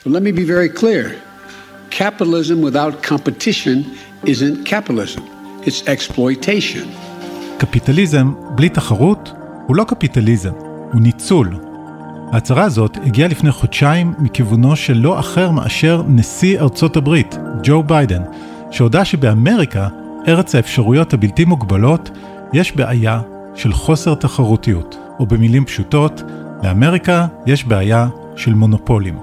So let me be very clear. Capitalism without competition isn't capitalism. It's exploitation. קפיטליזם בלי תחרות הוא לא קפיטליזם, הוא ניצול. ההצהרה הזאת הגיעה לפני חודשיים מכיוונו של לא אחר מאשר נשיא ארצות הברית, ג'ו ביידן, שהודע שבאמריקה, ארץ האפשרויות הבלתי מוגבלות, יש בעיה של חוסר תחרותיות, או במילים פשוטות, לאמריקה יש בעיה של מונופולים.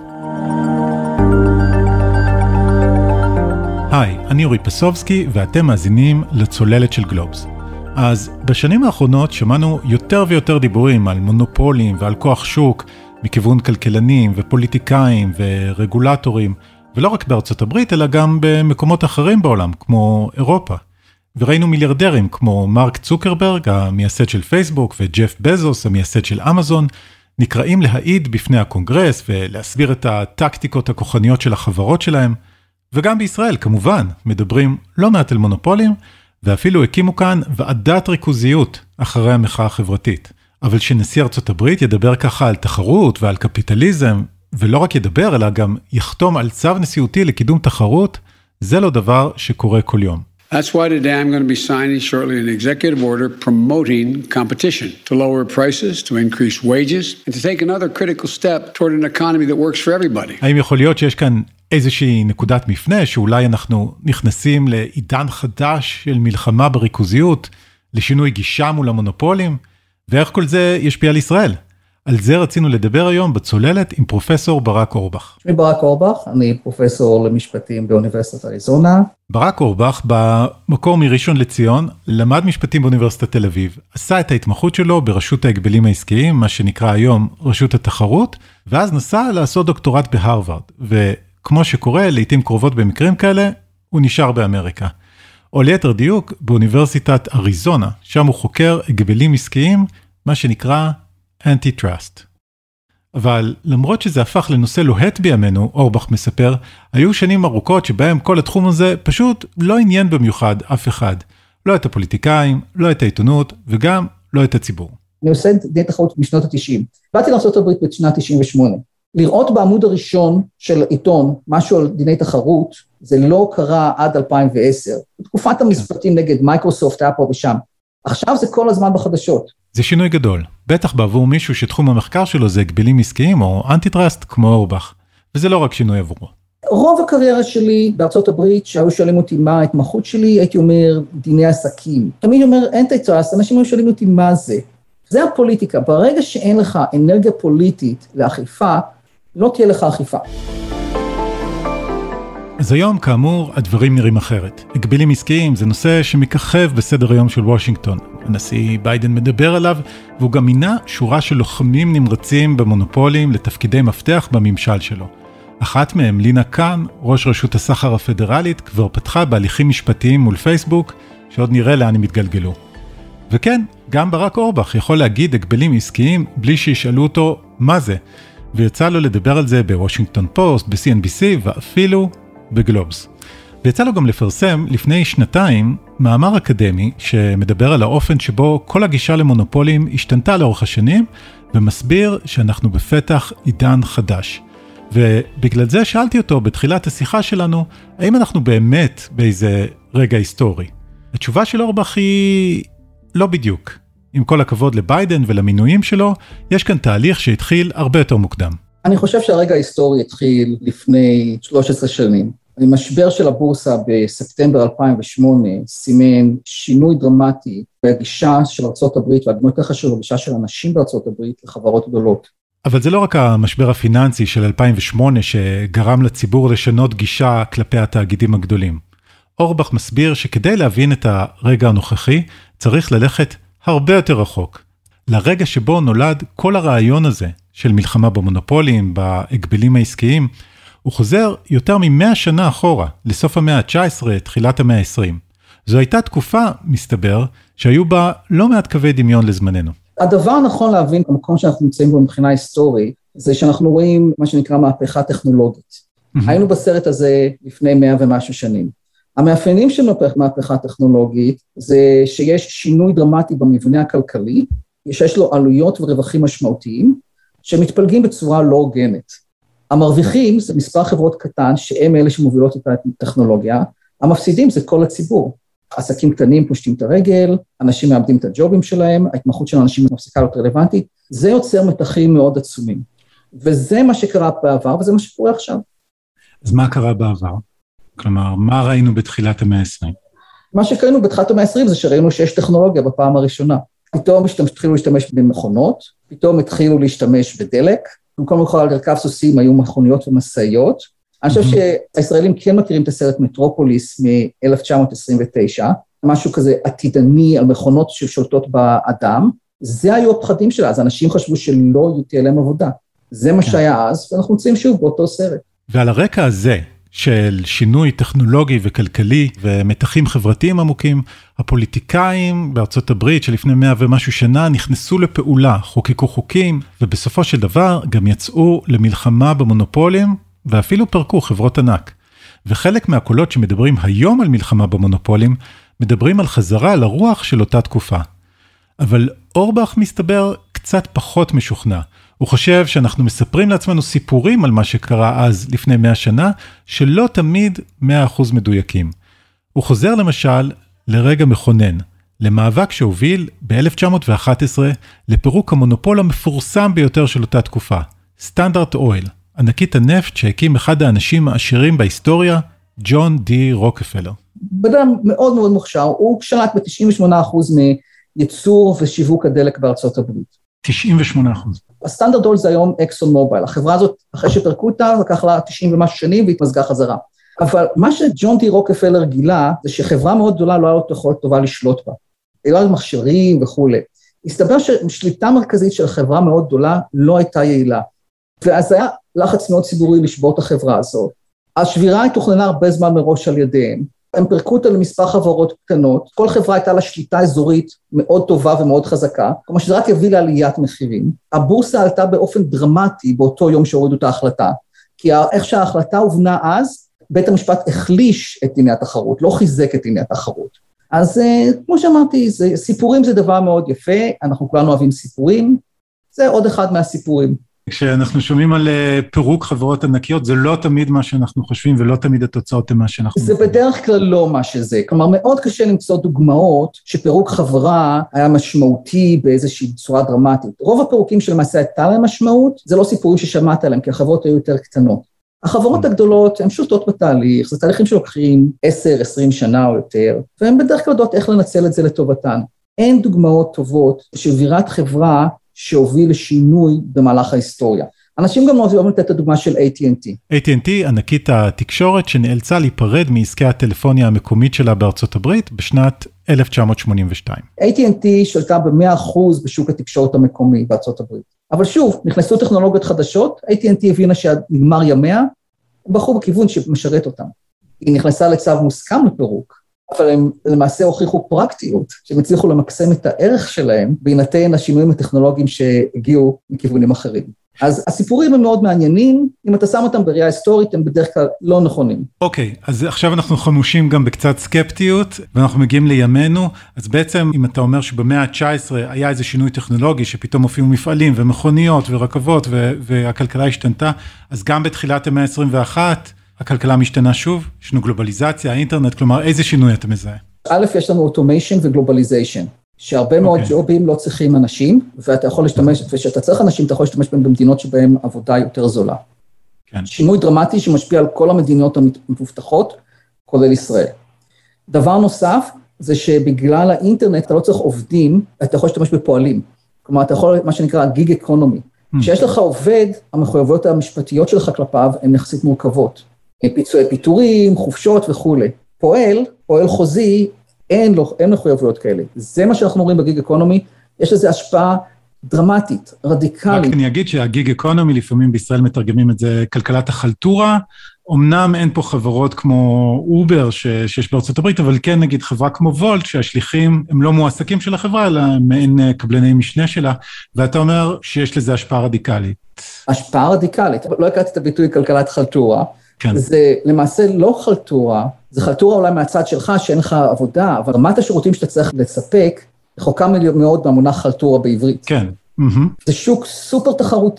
היי, אני אורי פסובסקי ואתם מאזינים לצוללת של גלובס. אז בשנים האחרונות שמענו יותר ויותר דיבורים על מונופולים ועל כוח שוק מכיוון כלכלנים ופוליטיקאים ורגולטורים, ולא רק בארצות הברית אלא גם במקומות אחרים בעולם כמו אירופה. וראינו מיליארדרים כמו מרק צוקרברג, המייסד של פייסבוק, וג'ף בזוס, המייסד של אמזון, נקראים להעיד בפני הקונגרס ולהסביר את הטקטיקות הכוחניות של החברות שלהם. וגם בישראל, כמובן, מדברים לא מעט על מונופולים, ואפילו הקימו כאן ועדת ריכוזיות אחרי המחאה החברתית. אבל שנשיא ארצות הברית ידבר ככה על תחרות ועל קפיטליזם, ולא רק ידבר, אלא גם יחתום על צו נשיאותי לקידום תחרות, זה לא דבר שקורה כל יום. That's why today I'm going to be signing shortly an executive order promoting competition to lower prices, to increase wages, and to take another critical step toward an economy that works for everybody. האם יכול להיות שיש כאן איזושהי נקודת מפנה, שאולי אנחנו נכנסים לעידן חדש של מלחמה בריכוזיות, לשינוי גישה מול המונופולים, ואיך כל זה ישפיע על ישראל? על זה רצינו לדבר היום בצוללת עם פרופסור ברק אורבך. שמי ברק אורבך, אני פרופסור למשפטים באוניברסיטת אריזונה. ברק אורבך, במקור מראשון לציון, למד משפטים באוניברסיטת תל אביב, עשה את ההתמחות שלו ברשות ההגבלים העסקיים, מה שנקרא היום רשות התחרות, ואז נסע לעשות דוקטורט בהרווארד, וכמו שקורה, לעתים קרובות במקרים כאלה, הוא נשאר באמריקה. או ליתר דיוק, באוניברסיטת אריזונה, שם הוא חוקר הגבלים עסקיים, מה שנקרא אנטי-טראסט. אבל למרות שזה הפך לנושא לוהט בימינו, אורבך מספר, היו שנים ארוכות שבהם כל התחום הזה פשוט לא עניין במיוחד אף אחד. לא את הפוליטיקאים, לא את העיתונות, וגם לא את הציבור. אני עושה דיני תחרות בשנות ה-90. באתי לארצות הברית בשנת 98. לראות בעמוד הראשון של עיתון משהו על דיני תחרות, זה לא קרה עד 2010. בתקופת המשפטים נגד מייקרוסופט היה פה ושם. עכשיו זה כל הזמן בחדשות. זה שינוי גדול, בטח בעבור מישהו שתחום המחקר שלו זה הגבלים עסקיים או אנטי-טראסט כמו אורבך, וזה לא רק שינוי עבורו. רוב הקריירה שלי בארצות הברית, שהיו שואלים אותי מה ההתמחות שלי, הייתי אומר דיני עסקים. תמיד אומר אנטי-טראסט, אנשים היו שואלים אותי מה זה. זה הפוליטיקה, ברגע שאין לך אנרגיה פוליטית לאכיפה, לא תהיה לך אכיפה. אז היום, כאמור, הדברים נראים אחרת. הגבלים עסקיים זה נושא שמככב בסדר היום של וושינגטון. הנשיא ביידן מדבר עליו, והוא גם מינה שורה של לוחמים נמרצים במונופולים לתפקידי מפתח בממשל שלו. אחת מהם, לינה קאם, ראש רשות הסחר הפדרלית, כבר פתחה בהליכים משפטיים מול פייסבוק, שעוד נראה לאן הם יתגלגלו. וכן, גם ברק אורבך יכול להגיד הגבלים עסקיים בלי שישאלו אותו מה זה, ויצא לו לדבר על זה בוושינגטון פוסט, ב-CNBC ואפילו בגלובס. ויצא לו גם לפרסם לפני שנתיים מאמר אקדמי שמדבר על האופן שבו כל הגישה למונופולים השתנתה לאורך השנים, ומסביר שאנחנו בפתח עידן חדש. ובגלל זה שאלתי אותו בתחילת השיחה שלנו, האם אנחנו באמת באיזה רגע היסטורי? התשובה של אורבך היא לא בדיוק. עם כל הכבוד לביידן ולמינויים שלו, יש כאן תהליך שהתחיל הרבה יותר מוקדם. אני חושב שהרגע ההיסטורי התחיל לפני 13 שנים. המשבר של הבורסה בספטמבר 2008 סימן שינוי דרמטי בגישה של ארצות הברית, והגמר יותר חשוב בגישה של אנשים בארצות הברית לחברות גדולות. אבל זה לא רק המשבר הפיננסי של 2008 שגרם לציבור לשנות גישה כלפי התאגידים הגדולים. אורבך מסביר שכדי להבין את הרגע הנוכחי צריך ללכת הרבה יותר רחוק. לרגע שבו נולד כל הרעיון הזה של מלחמה במונופולים, בהגבלים העסקיים, הוא חוזר יותר מ100 שנה אחורה, לסוף המאה ה-19, תחילת המאה ה-20. זו הייתה תקופה, מסתבר, שהיו בה לא מעט קווי דמיון לזמננו. הדבר הנכון להבין במקום שאנחנו נמצאים בו מבחינה היסטורית, זה שאנחנו רואים מה שנקרא מהפכה טכנולוגית. היינו בסרט הזה לפני 100 ומשהו שנים. המאפיינים של מהפכה טכנולוגית זה שיש שינוי דרמטי במבנה הכלכלי, שיש לו עלויות ורווחים משמעותיים, שמתפלגים בצורה לא הוגנת. המרוויחים זה מספר חברות קטן, שהם אלה שמובילות את הטכנולוגיה, המפסידים זה כל הציבור. עסקים קטנים פושטים את הרגל, אנשים מאבדים את הג'ובים שלהם, ההתמחות של האנשים מפסיקה להיות רלוונטית, זה יוצר מתחים מאוד עצומים. וזה מה שקרה בעבר, וזה מה שקורה עכשיו. אז מה קרה בעבר? כלומר, מה ראינו בתחילת המאה ה-20? מה שקראנו בתחילת המאה ה-20 זה שראינו שיש טכנולוגיה בפעם הראשונה. פתאום התחילו להשתמש במכונות, פתאום התחילו להשתמש בדלק, במקום לכל הרכב סוסים היו מכוניות ומשאיות. אני חושב שהישראלים כן מכירים את הסרט מטרופוליס מ-1929, משהו כזה עתידני על מכונות ששולטות באדם, זה היו הפחדים שלה, אז אנשים חשבו שלא תהיה להם עבודה. זה מה שהיה אז, ואנחנו נמצאים שוב באותו סרט. ועל הרקע הזה, של שינוי טכנולוגי וכלכלי ומתחים חברתיים עמוקים, הפוליטיקאים בארצות הברית שלפני 100 ומשהו שנה נכנסו לפעולה, חוקקו חוקים, ובסופו של דבר גם יצאו למלחמה במונופולים, ואפילו פרקו חברות ענק. וחלק מהקולות שמדברים היום על מלחמה במונופולים, מדברים על חזרה לרוח של אותה תקופה. אבל אורבך מסתבר קצת פחות משוכנע. הוא חושב שאנחנו מספרים לעצמנו סיפורים על מה שקרה אז לפני 100 שנה, שלא תמיד 100% מדויקים. הוא חוזר למשל לרגע מכונן, למאבק שהוביל ב-1911 לפירוק המונופול המפורסם ביותר של אותה תקופה, סטנדרט אויל, ענקית הנפט שהקים אחד האנשים העשירים בהיסטוריה, ג'ון די רוקפלר. בדם מאוד מאוד מוכשר, הוא שלט ב-98% מייצור ושיווק הדלק בארצות הברית. 98%. הסטנדרט אויל זה היום אקסון מובייל, החברה הזאת, אחרי שפרקו אותה, לקח לה 90 ומשהו שנים והתמזגה חזרה. אבל מה שג'ון די רוקפלר גילה, זה שחברה מאוד גדולה לא הייתה יכולת טובה לשלוט בה. היו לה מכשירים וכו'. הסתבר ששליטה מרכזית של חברה מאוד גדולה לא הייתה יעילה. ואז היה לחץ מאוד ציבורי לשבור את החברה הזאת. השבירה היא תוכננה הרבה זמן מראש על ידיהם. הם פרקו אותה למספר חברות קטנות, כל חברה הייתה לה שליטה אזורית מאוד טובה ומאוד חזקה, כמו שזה רק יביא לעליית מחירים. הבורסה עלתה באופן דרמטי באותו יום שהורידו את ההחלטה, כי איך שההחלטה הובנה אז, בית המשפט החליש את דיני התחרות, לא חיזק את דיני התחרות. אז כמו שאמרתי, סיפורים זה דבר מאוד יפה, אנחנו כולנו אוהבים סיפורים, זה עוד אחד מהסיפורים. כשאנחנו שומעים על פירוק חברות ענקיות, זה לא תמיד מה שאנחנו חושבים, ולא תמיד התוצאות הן מה שאנחנו... זה בדרך כלל לא מה שזה, כלומר מאוד קשה למצוא דוגמאות שפירוק חברה היה משמעותי באיזושהי צורה דרמטית. רוב הפירוקים שלמעשה הייתה להם משמעות, זה לא סיפורים ששמעת עליהם, כי החברות היו יותר קטנות. החברות הגדולות הן שותות בתהליך, זה תהליכים שלוקחים 10-20 שנה או יותר, והן בדרך כלל יודעות איך לנצל את זה לטובתן. אין דוגמאות טובות שבירת חברה שהוביל לשינוי במהלך ההיסטוריה. אנשים גם אוהבים לתת את הדוגמה של AT&T. AT&T, ענקית התקשורת שנאלצה להיפרד מעסקי הטלפוניה המקומית שלה בארצות הברית בשנת 1982. AT&T שלטה ב100% בשוק התקשורת המקומי בארצות הברית. אבל שוב, נכנסו טכנולוגיות חדשות, AT&T הבינה שנגמר ימיה, הם בחרו בכיוון שמשרת אותם. היא נכנסה לצו מוסכם לפירוק, אבל הם למעשה הוכיחו פרקטיות, שהם הצליחו למקסם את הערך שלהם, בהינתן השינויים הטכנולוגיים שהגיעו מכיוונים אחרים. אז הסיפורים הם מאוד מעניינים, אם אתה שם אותם בראייה היסטורית, הם בדרך כלל לא נכונים. אוקיי, אז עכשיו אנחנו חמושים גם בקצת סקפטיות, ואנחנו מגיעים לימינו, אז בעצם אם אתה אומר שבמאה ה-19 היה איזה שינוי טכנולוגי, שפתאום הופיעו מפעלים ומכוניות ורכבות, והכלכלה השתנתה, אז גם בתחילת המאה ה-21, הכלכלה משתנה שוב, ישנו גלובליזציה, האינטרנט, כלומר, איזה שינוי אתה מזהה? א', יש לנו אוטומיישן וגלובליזיישן, שהרבה מאוד ג'ובים לא צריכים אנשים, ואתה יכול להשתמש, ושאתה צריך אנשים, אתה יכול להשתמש בהם במדינות שבהם עבודה יותר זולה. כן. שינוי דרמטי שמשפיע על כל המדינות המבוטחות, כולל ישראל. דבר נוסף, זה שבגלל האינטרנט, אתה לא צריך עובדים, אתה יכול להשתמש בפועלים. כלומר, אתה יכול, מה שנקרא, גיג אקונומי. כשיש לך עובד, המחויבויות המשפטיות שלך כלפיו, הן יחסית מורכבות. פיצויי פיטורים, חופשות וכו'. פועל חוזי, אין מחויבויות כאלה. זה מה שאנחנו רואים בגיג אקונומי, יש לזה השפעה דרמטית, רדיקלית. רק אני אגיד שהגיג אקונומי, לפעמים בישראל מתרגמים את זה כלכלת החלטורה, אמנם אין פה חברות כמו אובר שיש בארצות הברית, אבל כן נגיד חברה כמו וולט, שהשליחים הם לא מועסקים של החברה, אלא מעין קבלני משנה שלה, ואתה אומר שיש לזה השפעה רדיקלית. השפעה רדיקלית, לא הכרתי את הביטוי כלכלת חלטורה, כן. זה למעשה לא חלטורה, זה חלטורה אולי מהצד שלך שאין לך עבודה, אבל רמת השירותים שאתה צריך לספק, רחוקה מאוד מהמונח חלטורה בעברית. כן. זה שוק סופר תחרותי,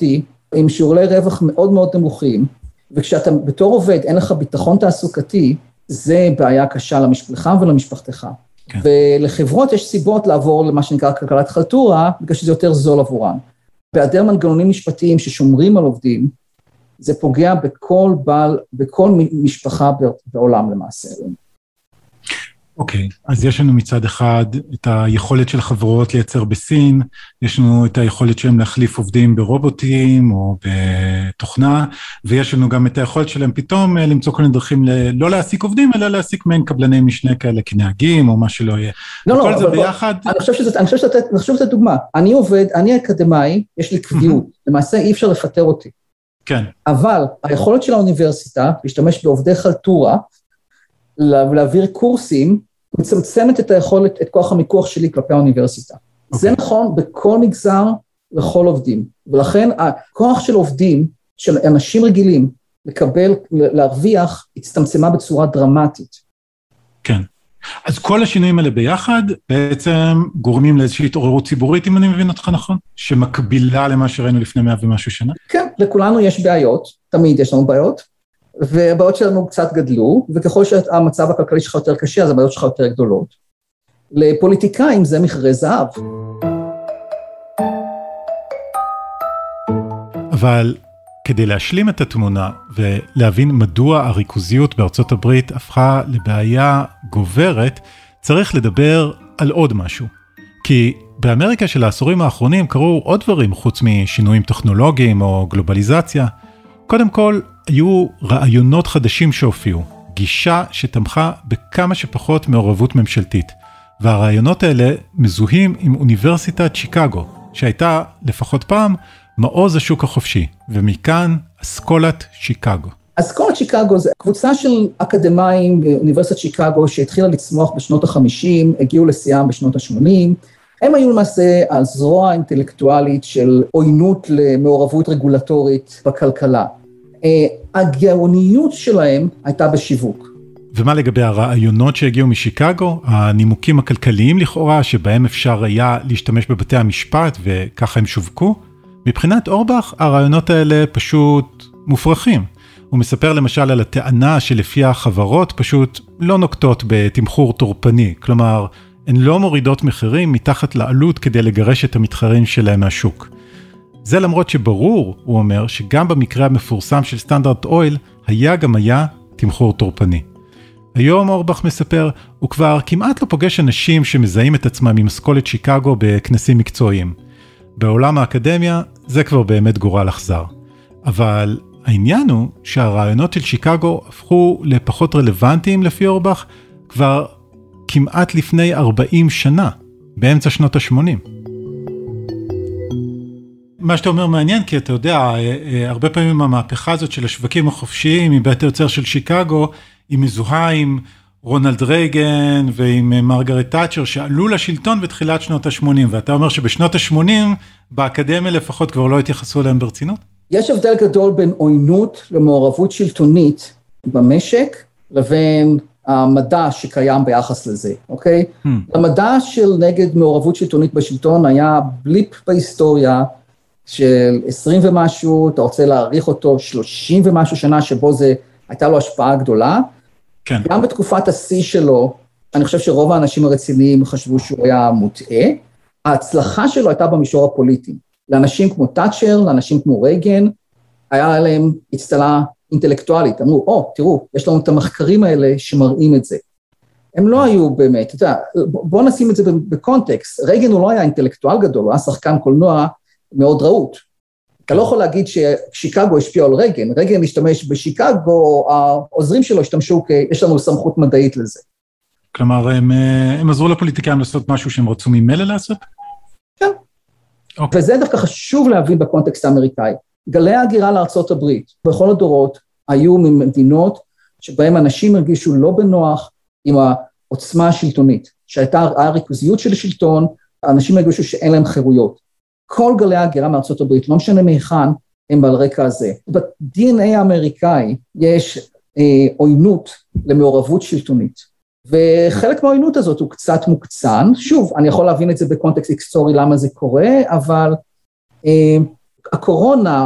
עם שיעורי רווח מאוד מאוד נמוכים, וכשאתה בתור עובד אין לך ביטחון תעסוקתי, זה בעיה קשה לך ולמשפחתך. כן. ולחברות יש סיבות לעבור למה שנקרא כלכלת חלטורה, בגלל שזה יותר זול עבורן. בהיעדר מנגנונים משפטיים ששומרים על עובדים, זה פוגע בכל משפחה בעולם למעשה. אוקיי, אז יש לנו מצד אחד את היכולת של החברות לייצר בסין, יש לנו את היכולת שלהם להחליף עובדים ברובוטים או בתוכנה, ויש לנו גם את היכולת שלהם פתאום למצוא כל מיני דרכים לא להעסיק עובדים, אלא להעסיק מעין קבלני משנה כאלה כנהגים או מה שלא יהיה. כל זה ביחד. אני חושב שזאת דוגמה. אני עובד, אני אקדמאי, יש לי קביעות, למעשה אי אפשר לפטר אותי. כן. אבל היכולת של האוניברסיטה להשתמש בעובדי חלטורה, ולהעביר קורסים, מצמצמת את היכולת, את כוח המיקוח שלי כלפי האוניברסיטה. זה נכון בכל מגזר, לכל עובדים. ולכן הכוח של עובדים, של אנשים רגילים, להרוויח, הצטמצמה בצורה דרמטית. כן. אז כל השינויים האלה ביחד, בעצם גורמים לאיזושהי התעוררות ציבורית, אם אני מבין אותך נכון? שמקבילה למה שראינו לפני 100 ומשהו שנה? כן, לכולנו יש בעיות, תמיד יש לנו בעיות, והבעיות שלנו קצת גדלו, וככל שהמצב הכלכלי שלך יותר קשה, אז הבעיות שלך יותר גדולות. לפוליטיקאים זה מכרה זהב. אבל כדי להשלים את התמונה ולהבין מדוע הריכוזיות בארצות הברית הפכה לבעיה גוברת, צריך לדבר על עוד משהו. כי באמריקה של העשורים האחרונים קרו עוד דברים חוץ משינויים טכנולוגיים או גלובליזציה. קודם כל, היו רעיונות חדשים שהופיעו, גישה שתמכה בכמה שפחות מעורבות ממשלתית, והרעיונות האלה מזוהים עם אוניברסיטת שיקגו, שהייתה לפחות פעם מעוז השוק החופשי, ומכאן אסכולת שיקגו. אסכולת שיקגו זה קבוצה של אקדמאים באוניברסיטת שיקגו שהתחילה לצמוח בשנות ה-50, הגיעו לשיאם בשנות ה-80, הם היו למעשה הזרוע האינטלקטואלית של עוינות למעורבות רגולטורית בכלכלה. הגאוניות שלהם הייתה בשיווק. ומה לגבי הרעיונות שהגיעו משיקגו, הנימוקים הכלכליים לכאורה, שבהם אפשר היה להשתמש בבתי המשפט וככה הם שווקו? מבחינת אורבך, הרעיונות האלה פשוט מופרכים. הוא מספר למשל על הטענה שלפיה החברות פשוט לא נוקטות בתמחור תורפני, כלומר, הן לא מורידות מחירים מתחת לעלות כדי לגרש את המתחרים שלהם מהשוק. זה למרות שברור, הוא אומר, שגם במקרה המפורסם של סטנדרט אויל, היה תמחור תורפני. היום אורבך מספר, הוא כבר כמעט לא פוגש אנשים שמזהים את עצמם עם אסכולת שיקגו בכנסים מקצועיים. בעולם האקדמיה זה כבר באמת גורל אכזר. אבל העניין הוא שהרעיונות של שיקגו הפכו לפחות רלוונטיים לפי אורבך כבר כמעט לפני 40 שנה, באמצע שנות ה-80. מה שאתה אומר מעניין, כי אתה יודע, הרבה פעמים המהפכה הזאת של השווקים החופשיים, מבית היוצר של שיקגו, היא מזוהה עם רונלד רייגן ועם מרגרט תאצ'ר, שעלו לשלטון בתחילת שנות ה-80, ואתה אומר שבשנות ה-80, באקדמיה לפחות כבר לא התייחסו אליהם ברצינות? יש הבדל גדול בין עוינות למעורבות שלטונית במשק, לבין המדע שקיים ביחס לזה, אוקיי? המדע של נגד מעורבות שלטונית בשלטון היה בליפ בהיסטוריה, של 20 ומשהו, אתה רוצה להעריך אותו 30 ומשהו שנה, שבו הייתה לו השפעה גדולה. כן. גם בתקופת השיא שלו, אני חושב שרוב האנשים הרציניים חשבו שהוא היה מוטעה. ההצלחה שלו הייתה במישור הפוליטי. לאנשים כמו תאצ'ר, לאנשים כמו רייגן, היה להם הצטלה אינטלקטואלית. אמרו, תראו, יש לנו את המחקרים האלה שמראים את זה. הם לא היו באמת, אתה יודע, בוא נשים את זה בקונטקסט. רייגן הוא לא היה אינטלקטואל גדול, הוא היה שחקן קולנוע, מאוד רעות. אתה לא יכול להגיד ששיקגו השפיע על רייגן, רייגן השתמש בשיקגו, העוזרים שלו השתמשו יש לנו סמכות מדעית לזה. כלומר, הם עזרו לפוליטיקאים לעשות משהו שהם רצו ממילא לעשות? כן. וזה דווקא חשוב להבין בקונטקסט האמריקאי. גלי ההגירה לארצות הברית, בכל הדורות, היו ממדינות שבהם אנשים הרגישו לא בנוח עם העוצמה השלטונית, שהייתה הריכוזיות של השלטון, האנשים הרגישו שאין להם חירויות. כל גלי ההגירה מארצות הברית, לא משנה מהיכן, הם על רקע הזה. ב-DNA האמריקאי יש עוינות למעורבות שלטונית, וחלק מהעוינות הזאת הוא קצת מוקצן. שוב, אני יכול להבין את זה בקונטקסט היסטורי למה זה קורה, אבל הקורונה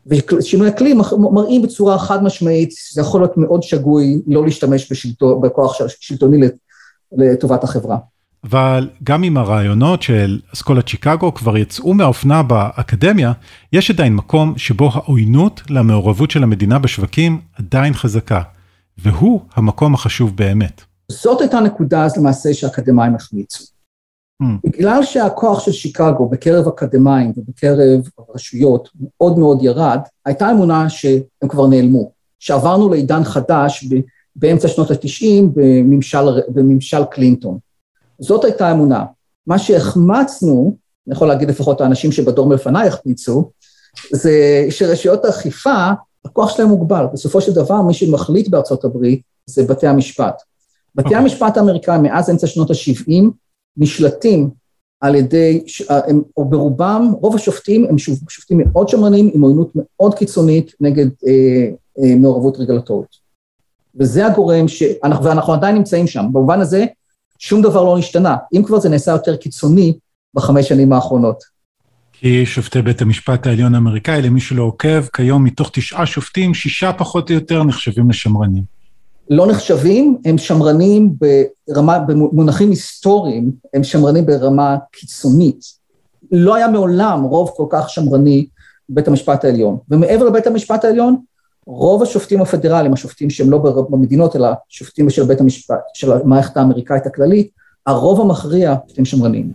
ושינוי אקלים מראים בצורה חד משמעית, זה יכול להיות מאוד שגוי לא להשתמש בכוח שלטוני לטובת החברה. אבל גם עם הרעיונות של אסכולת שיקגו כבר יצאו מהאופנה באקדמיה, יש עדיין מקום שבו העוינות למעורבות של המדינה בשווקים עדיין חזקה, והוא המקום החשוב באמת. זאת הייתה נקודה אז למעשה שהאקדמיים החמיצו. בגלל שהכוח של שיקגו בקרב אקדמיים ובקרב רשויות מאוד מאוד ירד, הייתה אמונה שהם כבר נעלמו, שעברנו לעידן חדש באמצע שנות ה-90 בממשל קלינטון. זאת הייתה אמונה. מה שהחמצנו, אני יכול להגיד לפחות האנשים שבדור מלפניי החמיצו, זה שרשויות האכיפה, הכוח שלהם מוגבל. בסופו של דבר, מי שמחליט בארצות הברית זה בתי המשפט. בתי המשפט האמריקאים מאז אמצע שנות ה-70 נשלטים על ידי, או ברובם, רוב השופטים הם שופטים מאוד שמרנים, עם עוינות מאוד קיצונית נגד מעורבות רגולטורית. וזה הגורם ואנחנו עדיין נמצאים שם. במובן הזה, שום דבר לא נשתנה. אם כבר זה נעשה יותר קיצוני ב5 שנים האחרונות. כי שופטי בית המשפט העליון האמריקאי, למי שלא עוקב, כיום מתוך 9 שופטים, 6 פחות או יותר נחשבים לשמרנים. לא נחשבים, הם שמרנים במונחים היסטוריים, הם שמרנים ברמה קיצונית. לא היה מעולם רוב כל כך שמרני בבית המשפט העליון. ומעבר לבית המשפט העליון, רוב השופטים הפדרליים, השופטים שהם לא במדינות, אלא שופטים של בית המשפט, של המערכת האמריקאית הכללית, הרוב המכריע הם שמרנים.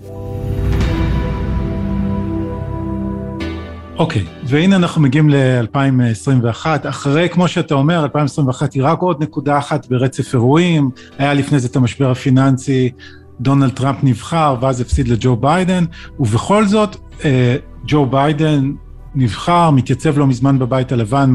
אוקיי, והנה אנחנו מגיעים ל-2021, אחרי, כמו שאתה אומר, 2021 היא רק עוד נקודה אחת ברצף אירועים, היה לפני זה את המשבר הפיננסי, דונלד טראמפ נבחר, ואז הפסיד לג'ו ביידן, ובכל זאת, ג'ו ביידן נבחר, מתייצב לא מזמן בבית הלבן,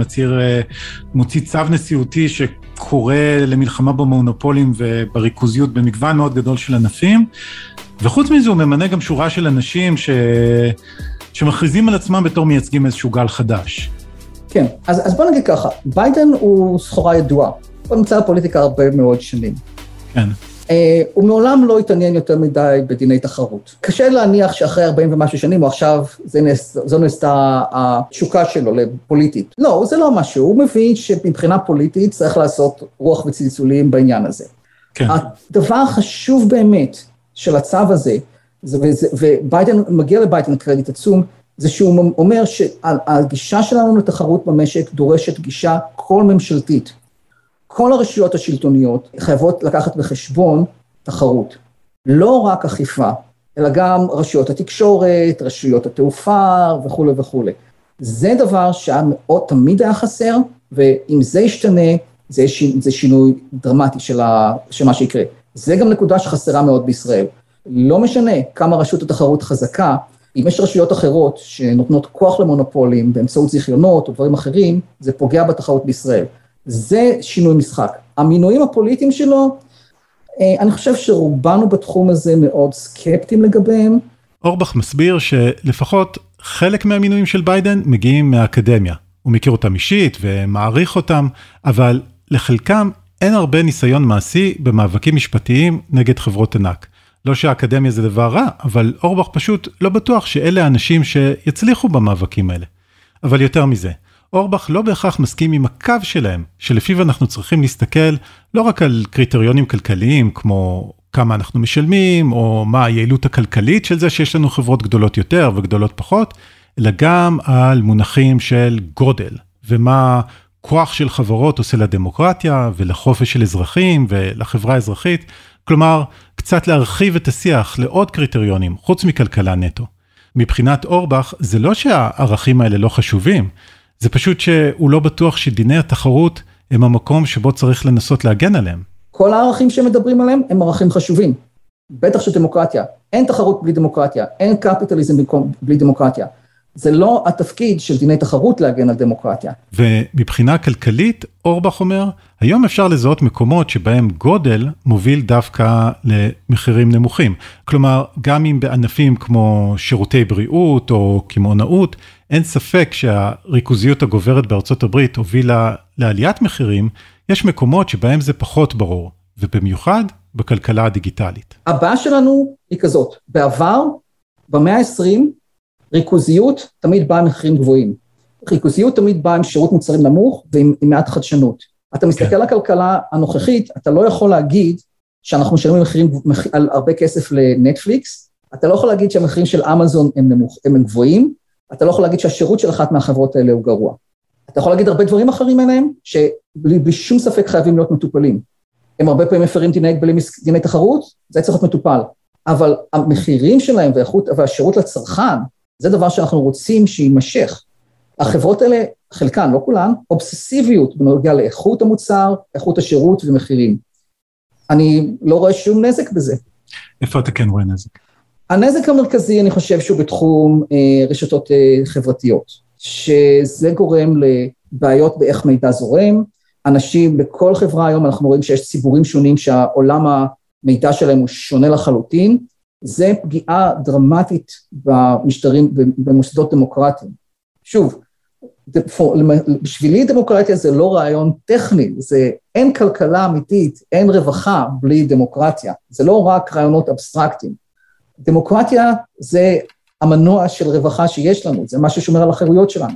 מוציא צו נשיאותי שקורא למלחמה במונופולים ובריכוזיות במגוון מאוד גדול של ענפים, וחוץ מזה הוא ממנה גם שורה של אנשים שמכריזים על עצמם בתור מייצגים איזשהו גל חדש. כן, אז בוא נגיד ככה, ביידן הוא סחורה ידועה, הוא נמצא בפוליטיקה הרבה מאוד שנים. כן. הוא מעולם לא התעניין יותר מדי בדיני תחרות. קשה להניח שאחרי 40 ומשהו שנים, או עכשיו זו נעשתה התשוקה שלו לפוליטית. לא, זה לא משהו, הוא מבין שמבחינה פוליטית צריך לעשות רוח וצלצולים בעניין הזה. כן. הדבר החשוב באמת של הצו הזה, וביידן, מגיע לביידן קרדיט עצום, זה שהוא אומר שהגישה שלנו לתחרות במשק דורשת גישה כל ממשלתית. כל הרשויות השלטוניות חייבות לקחת בחשבון תחרות. לא רק אכיפה, אלא גם רשויות התקשורת, רשויות התעופה וכו' וכו'. זה דבר שמאוד תמיד היה חסר, ואם זה ישתנה, זה שינוי דרמטי של מה שיקרה. זה גם נקודה שחסרה מאוד בישראל. לא משנה כמה רשות התחרות חזקה, אם יש רשויות אחרות שנותנות כוח למונופולים באמצעות זיכיונות או דברים אחרים, זה פוגע בתחרות בישראל. זה שינוי משחק. המינויים הפוליטיים שלו, אני חושב שרובנו בתחום הזה מאוד סקפטיים לגביהם. אורבך מסביר שלפחות חלק מהמינויים של ביידן מגיעים מהאקדמיה. הוא מכיר אותם אישית ומעריך אותם, אבל לחלקם אין הרבה ניסיון מעשי במאבקים משפטיים נגד חברות ענק. לא שהאקדמיה זה דבר רע, אבל אורבך פשוט לא בטוח שאלה האנשים שיצליחו במאבקים האלה. אבל יותר מזה, אורבך לא בהכרח מסכים עם הקו שלהם, שלפיו אנחנו צריכים להסתכל לא רק על קריטריונים כלכליים, כמו כמה אנחנו משלמים, או מה היעילות הכלכלית של זה שיש לנו חברות גדולות יותר וגדולות פחות, אלא גם על מונחים של גודל, ומה כוח של חברות עושה לדמוקרטיה, ולחופש של אזרחים, ולחברה האזרחית, כלומר, קצת להרחיב את השיח לעוד קריטריונים, חוץ מכלכלה נטו. מבחינת אורבך, זה לא שהערכים האלה לא חשובים, זה פשוט שהוא לא בטוח שדיני התחרות הם המקום שבו צריך לנסות להגן עליהם. כל הערכים שמדברים עליהם הם ערכים חשובים. בטח של דמוקרטיה. אין תחרות בלי דמוקרטיה, אין קפיטליזם בלי דמוקרטיה. זה לא התפקיד של דיני תחרות להגן על דמוקרטיה. ומבחינה כלכלית, אורבך אומר, היום אפשר לזהות מקומות שבהם גודל מוביל דווקא למחירים נמוכים. כלומר, גם אם בענפים כמו שירותי בריאות או קמעונאות, אין ספק שהריכוזיות הגוברת בארצות הברית הובילה לעליית מחירים, יש מקומות שבהם זה פחות ברור, ובמיוחד בכלכלה הדיגיטלית. הבעיה שלנו היא כזאת, בעבר, במאה ה-20, ריכוזיות תמיד באה מחירים גבוהים, ריכוזיות תמיד באה עם שירות מוצרים נמוך ועם מעט חדשנות. אתה מסתכל על הכלכלה הנוכחית, אתה לא יכול להגיד שאנחנו משלמים מחירים על הרבה כסף לנטפליקס, אתה לא יכול להגיד שהמחירים של אמזון הם גבוהים, אתה לא יכול להגיד שהשירות של אחת מהחברות האלה הוא גרוע. אתה יכול להגיד הרבה דברים אחרים עליהם, שבלי שום ספק חייבים להיות מטופלים. הם הרבה פעמים מפרים דיני תחרות, זה צריך להיות מטופל. אבל המחירים שלהם והשירות לצרכן, זה דבר שאנחנו רוצים שימשך. החברות האלה, חלקן, לא כולן, אובססיביות בנוגע לאיכות המוצר, איכות השירות ומחירים. אני לא רואה שום נזק בזה. איפה אתה כן רואה נזק? הנזק המרכזי, אני חושב שהוא בתחום רשתות חברתיות, שזה גורם לבעיות באיך מידע זורם. אנשים בכל חברה היום, אנחנו רואים שיש ציבורים שונים שהעולם המידע שלהם הוא שונה לחלוטין, זה פגיעה דרמטית במשטרים, במוסדות דמוקרטיים. שוב, בשבילי דמוקרטיה זה לא רעיון טכני, זה אין כלכלה אמיתית, אין רווחה בלי דמוקרטיה, זה לא רק רעיונות אבסטרקטיים. דמוקרטיה זה המנוע של רווחה שיש לנו, זה מה ששומר על החירויות שלנו.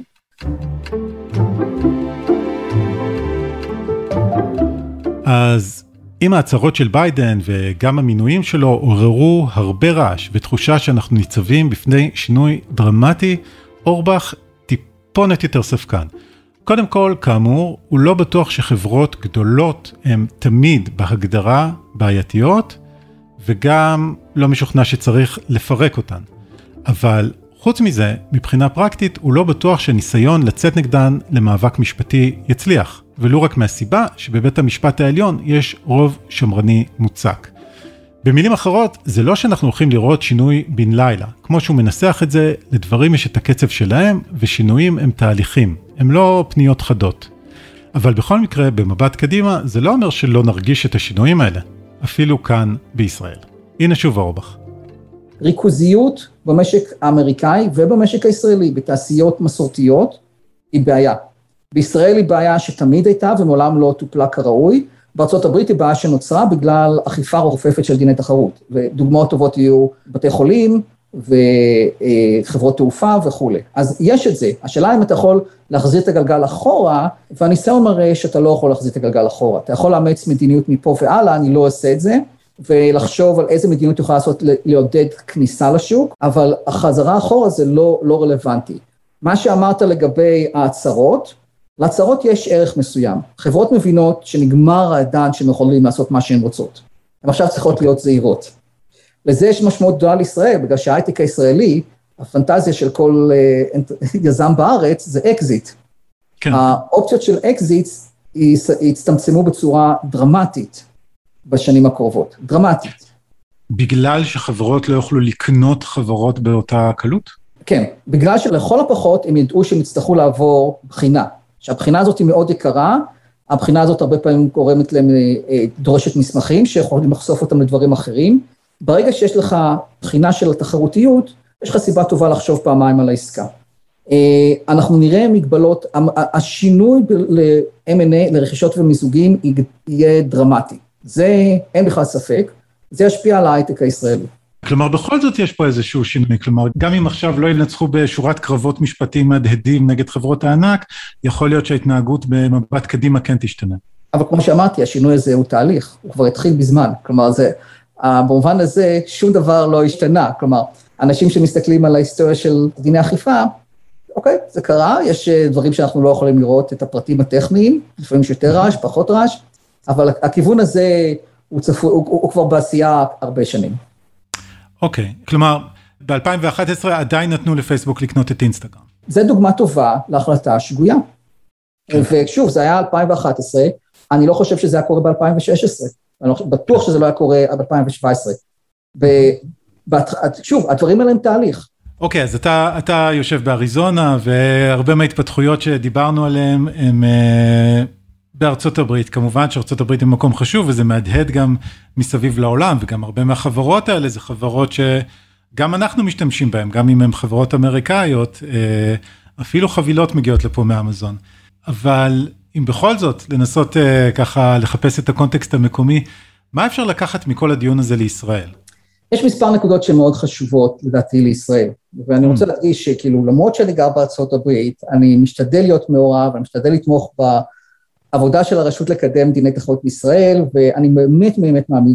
אז עם ההצהרות של ביידן וגם המינויים שלו עוררו הרבה רעש ותחושה שאנחנו ניצבים בפני שינוי דרמטי, אורבך טיפונת יותר ספקן. קודם כל, כאמור, הוא לא בטוח שחברות גדולות הן תמיד בהגדרה בעייתיות, וגם לא משוכנע שצריך לפרק אותן. אבל חוץ מזה, מבחינה פרקטית, הוא לא בטוח שניסיון לצאת נגדן למאבק משפטי יצליח, ולא רק מהסיבה שבבית המשפט העליון יש רוב שמרני מוצק. במילים אחרות, זה לא שאנחנו הולכים לראות שינוי בן לילה. כמו שהוא מנסח את זה, לדברים יש את הקצב שלהם, ושינויים הם תהליכים, הם לא פניות חדות. אבל בכל מקרה, במבט קדימה, זה לא אומר שלא נרגיש את השינויים האלה, אפילו כאן בישראל. הנה שוב אורבך. ריכוזיות במשק האמריקאי ובמשק הישראלי, בתעשיות מסורתיות, היא בעיה. בישראל היא בעיה שתמיד הייתה ומעולם לא טופלה כראוי, בארצות הברית היא בעיה שנוצרה בגלל אכיפה רופפת של דיני תחרות, ודוגמאות טובות יהיו בתי חולים וחברות תעופה וכו'. אז יש את זה, השאלה אם אתה יכול להחזיר את הגלגל אחורה, והניסיון מראה שאתה לא יכול להחזיר את הגלגל אחורה, אתה יכול לאמץ מדיניות מפה והלאה, אני לא עושה את זה, ולחשוב על איזה מדיניות יוכל לעשות לעודד כניסה לשוק, אבל החזרה אחורה זה לא רלוונטי. מה שאמרת לגבי ההצהרות, להצהרות יש ערך מסוים. חברות מבינות שנגמר העידן שהם יכולים לעשות מה שהן רוצות. הן עכשיו צריכות להיות זהירות. לזה יש משמעות גדולה לישראל, בגלל שההייטק הישראלי, הפנטזיה של כל יזם בארץ, זה אקזיט. כן. האופציות של אקזיט הצטמצמו בצורה דרמטית בשנים הקרובות. דרמטית. בגלל שחברות לא יוכלו לקנות חברות באותה קלות? כן, בגלל שלכל הפחות הם ידעו שהם יצטרכו לעבור בחינה. שהבחינה הזאת היא מאוד יקרה, הבחינה הזאת הרבה פעמים גורמת להם, דורשת מסמכים שיכולים לחשוף אותם לדברים אחרים. ברגע שיש לך בחינה של התחרותיות, יש לך סיבה טובה לחשוב פעמיים על העסקה. אנחנו נראה מגבלות, השינוי ל-M&A, לרכישות ומיזוגים, יהיה דרמטי. זה אין בכלל ספק, זה ישפיע על ההייטק הישראלי. כלומר, בכל זאת יש פה איזשהו שינוי, כלומר, גם אם עכשיו לא ינצחו בשורת קרבות משפטיים מהדהדים נגד חברות הענק, יכול להיות שההתנהגות במבט קדימה כן תשתנה. אבל כמו שאמרתי, השינוי הזה הוא תהליך, הוא כבר התחיל בזמן, כלומר, במובן הזה שום דבר לא השתנה, כלומר, אנשים שמסתכלים על ההיסטוריה של דיני אכיפה, אוקיי, זה קרה, יש דברים שאנחנו לא יכולים לראות את הפרטים הטכניים, לפעמים שיותר רעש, פחות רעש, אבל הכיוון הזה הוא כבר בעשייה הרבה שנים. אוקיי, כלומר, ב-2011 עדיין נתנו לפייסבוק לקנות את אינסטגרם. זה דוגמה טובה להחלטה שגויה. ושוב, זה היה 2011, אני לא חושב שזה היה קורה ב-2016, אני בטוח שזה לא היה קורה ב-2017. שוב, הדברים האלה הם תהליך. אוקיי, אז אתה יושב באריזונה, והרבה מההתפתחויות שדיברנו עליהן הם בארצות הברית. כמובן שארצות הברית היא מקום חשוב, וזה מהדהד גם מסביב לעולם, וגם הרבה מהחברות האלה זה חברות שגם אנחנו משתמשים בהן, גם אם הן חברות אמריקאיות, אפילו חבילות מגיעות לפה מאמזון. אבל אם בכל זאת לנסות ככה לחפש את הקונטקסט המקומי, מה אפשר לקחת מכל הדיון הזה לישראל? יש מספר נקודות שמאוד חשובות לדעתי לישראל, ואני רוצה להדגיש שכאילו למרות שאני גר בארצות הברית, אני משתדל להיות מעורב, אני משתדל לתמוך בעבודה של הרשות לקדם דיני תחרות בישראל, ואני באמת מאמין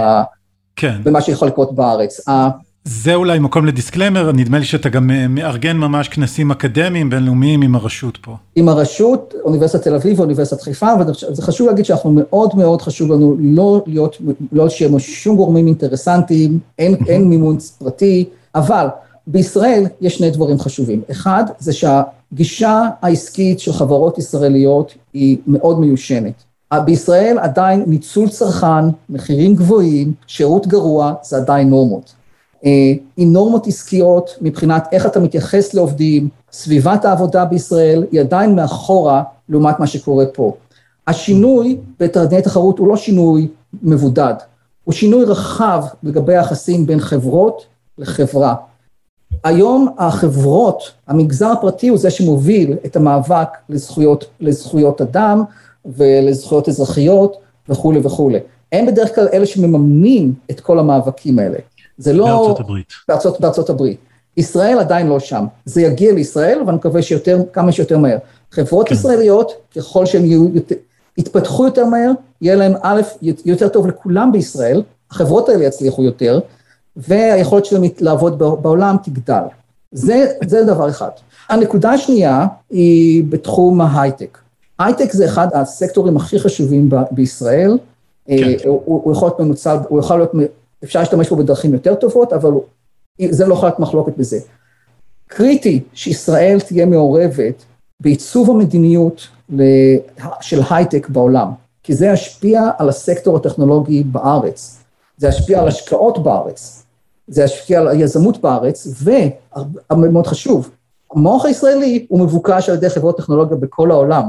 במה שיכול לקרות בארץ. זה אולי מקום לדיסקליימר, נדמה לי שאתה גם מארגן ממש כנסים אקדמיים בינלאומיים עם הרשות פה. עם הרשות, אוניברסיטת תל אביב ואוניברסיטת חיפה, וזה חשוב להגיד שאנחנו מאוד מאוד חשוב לנו לא שיהיה שום גורמים אינטרסנטיים, אין מימון פרטי, אבל בישראל יש שני דברים חשובים. אחד, זה שהגישה העסקית של חברות ישראליות היא מאוד מיושנת. בישראל עדיין ניצול צרכן, מחירים גבוהים, שירות גרוע, זה עדיין נורמות. עם נורמות עסקיות מבחינת איך אתה מתייחס לעובדים, סביבת העבודה בישראל היא עדיין מאחורה לעומת מה שקורה פה. השינוי בדיני תחרות הוא לא שינוי מבודד, הוא שינוי רחב לגבי היחסים בין חברות לחברה. היום החברות, המגזר הפרטי הוא זה שמוביל את המאבק לזכויות אדם ולזכויות אזרחיות וכו' וכו'. הם בדרך כלל אלה שמממנים את כל המאבקים האלה. זה לא בארצות הברית. בארצות הברית. ישראל עדיין לא שם. זה יגיע לישראל, ואני מקווה כמה שיותר מהר. חברות ישראליות, ככל שהן יתפתחו יותר מהר, יהיה להם יותר טוב לכולם בישראל, החברות האלה יצליחו יותר, והיכולת שלהם לעבוד בעולם תגדל. זה דבר אחד. הנקודה השנייה היא בתחום ההייטק. הייטק זה אחד הסקטורים הכי חשובים בישראל, הוא יכול להיות מנוצל, הוא יכול להיות אפשר להשתמש בו בדרכים יותר טובות, אבל זה לא יכול להיות מחלוקת בזה. קריטי שישראל תהיה מעורבת בעיצוב המדיניות של הייטק בעולם, כי זה ישפיע על הסקטור הטכנולוגי בארץ, זה ישפיע על השקעות בארץ, זה ישפיע על היזמות בארץ, ומאוד חשוב, המוח הישראלי הוא מבוקש על ידי חברות טכנולוגיה בכל העולם.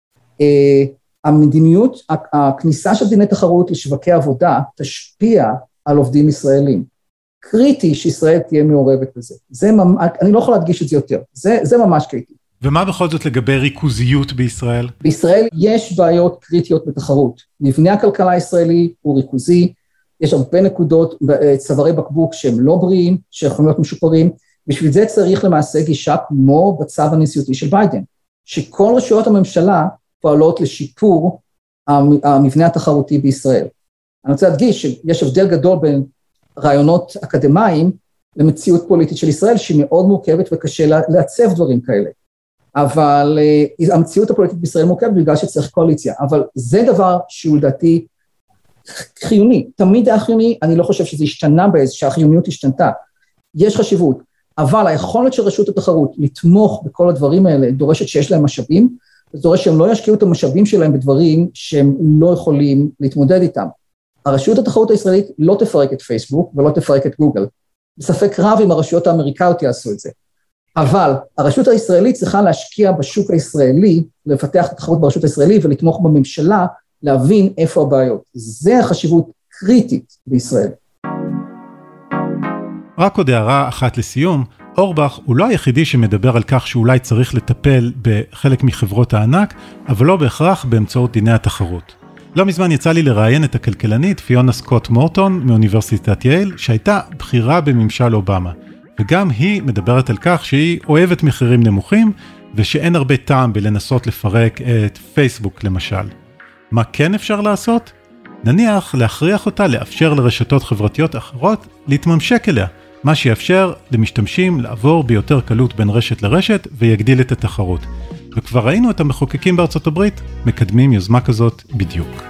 המדיניות, הכניסה של דיני תחרות לשווקי עבודה, תשפיע על עובדים ישראלים. קריטי שישראל תהיה מעורבת בזה. אני לא יכול להדגיש את זה יותר. זה ממש קריטי. ומה בכל זאת לגבי ריכוזיות בישראל? בישראל יש בעיות קריטיות בתחרות. מבנה הכלכלה הישראלי הוא ריכוזי, יש הרבה נקודות, צווארי בקבוק שהם לא בריאים, שיכולים להיות משופרים, בשביל זה צריך למעשה גישה כמו בצו הנשיאותי של ביידן, שכל רשויות הממשלה פועלות לשיפור המבנה התחרותי בישראל. אני רוצה להדגיש שיש הבדל גדול בין רעיונות אקדמיים למציאות פוליטית של ישראל, שהיא מאוד מורכבת וקשה לעצב דברים כאלה. אבל המציאות הפוליטית בישראל מורכבת בגלל שצריך קואליציה, אבל זה דבר שהוא לדעתי חיוני, תמיד היה חיוני, אני לא חושב שזה השתנה שהחיוניות השתנתה, יש חשיבות, אבל היכולת של רשות התחרות לתמוך בכל הדברים האלה דורשת שיש להם משאבים, זה דורש שהם לא ישקיעו את המשאבים שלהם בדברים שהם לא יכולים להתמודד איתם. הרשות התחרות הישראלית לא תפרק את פייסבוק ולא תפרק את גוגל. בספק רב אם הרשויות האמריקאיות יעשו את זה. אבל הרשות הישראלית צריכה להשקיע בשוק הישראלי, לפתח את התחרות ברשות הישראלית ולתמוך בממשלה, להבין איפה הבעיות. זה החשיבות קריטית בישראל. רק עוד הערה אחת לסיום, אורבך הוא לא היחידי שמדבר על כך שאולי צריך לטפל בחלק מחברות הענק, אבל לא בהכרח באמצעות דיני התחרות. לא מזמן יצא לי לראיין את הכלכלנית פיונה סקוט מורטון מאוניברסיטת יייל, שהייתה בחירה בממשל אובמה, וגם היא מדברת על כך שהיא אוהבת מחירים נמוכים, ושאין הרבה טעם בלנסות לפרק את פייסבוק למשל. מה כן אפשר לעשות? נניח להכריח אותה לאפשר לרשתות חברתיות אחרות להתממשק אליה, מה שיאפשר למשתמשים לעבור ביותר קלות בין רשת לרשת ויגדיל את התחרות. וכבר ראינו את המחוקקים בארצות הברית מקדמים יוזמה כזאת בדיוק.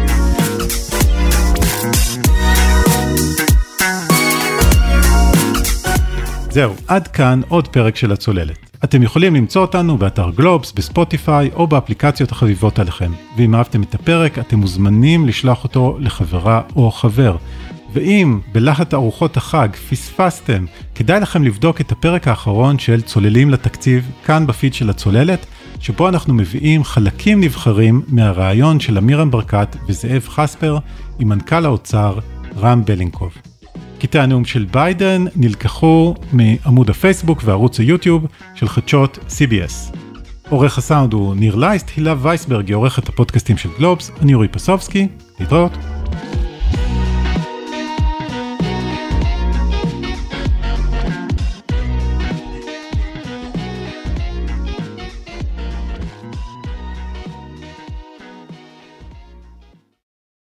זהו, עד כאן עוד פרק של הצוללת. אתם יכולים למצוא אותנו באתר גלובס, בספוטיפיי או באפליקציות החביבות עליכם. ואם אהבתם את הפרק, אתם מוזמנים לשלוח אותו לחברה או חבר. ואם בלהט ארוחות החג פספסתם, כדאי לכם לבדוק את הפרק האחרון של צוללים לתקציב כאן בפיד של הצוללת, שבו אנחנו מביאים חלקים נבחרים מהרעיון של אמירם ברקת וזאב חספר עם מנכ"ל האוצר רם בלינקוב. קטעי הנאום של ביידן נלקחו מעמוד הפייסבוק וערוץ היוטיוב של חדשות CBS. עורך הסאונד הוא ניר לייסט, הילה וייסברג היא עורכת הפודקאסטים של גלובס, אני אורי פסובסקי, להתראות.